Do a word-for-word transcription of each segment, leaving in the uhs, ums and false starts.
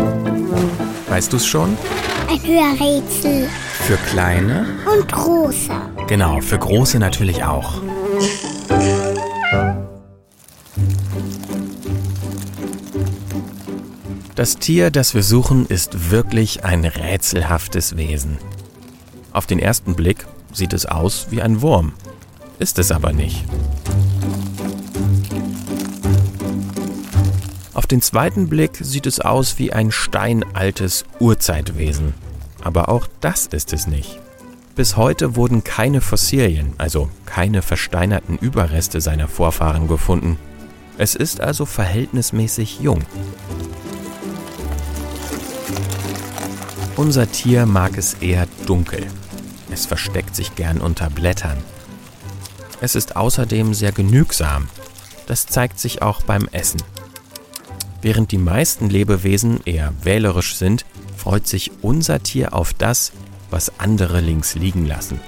Weißt du's schon? Ein Hörrätsel. Für kleine? Und große. Genau, für große natürlich auch. Das Tier, das wir suchen, ist wirklich ein rätselhaftes Wesen. Auf den ersten Blick sieht es aus wie ein Wurm, ist es aber nicht. Auf den zweiten Blick sieht es aus wie ein steinaltes Urzeitwesen, aber auch das ist es nicht. Bis heute wurden keine Fossilien, also keine versteinerten Überreste seiner Vorfahren gefunden. Es ist also verhältnismäßig jung. Unser Tier mag es eher dunkel. Es versteckt sich gern unter Blättern. Es ist außerdem sehr genügsam. Das zeigt sich auch beim Essen. Während die meisten Lebewesen eher wählerisch sind, freut sich unser Tier auf das, was andere links liegen lassen.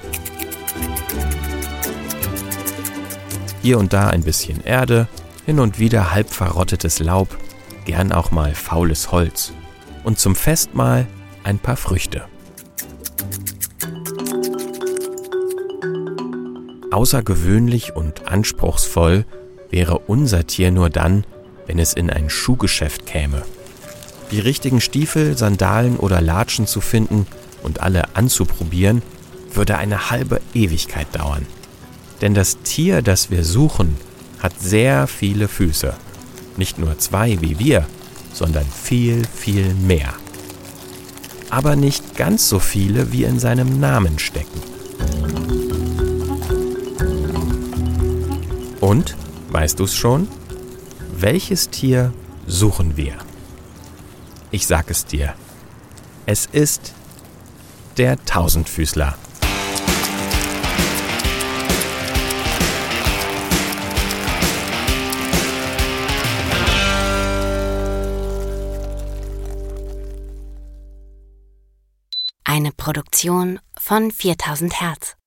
Hier und da ein bisschen Erde, hin und wieder halb verrottetes Laub, gern auch mal faules Holz. Und zum Festmahl ein paar Früchte. Außergewöhnlich und anspruchsvoll wäre unser Tier nur dann, wenn es in ein Schuhgeschäft käme. Die richtigen Stiefel, Sandalen oder Latschen zu finden und alle anzuprobieren, würde eine halbe Ewigkeit dauern. Denn das Tier, das wir suchen, hat sehr viele Füße. Nicht nur zwei wie wir, sondern viel, viel mehr. Aber nicht ganz so viele, wie in seinem Namen stecken. Und, weißt du's schon? Welches Tier suchen wir? Ich sag es dir. Es ist der Tausendfüßler. Eine Produktion von viertausend Hertz.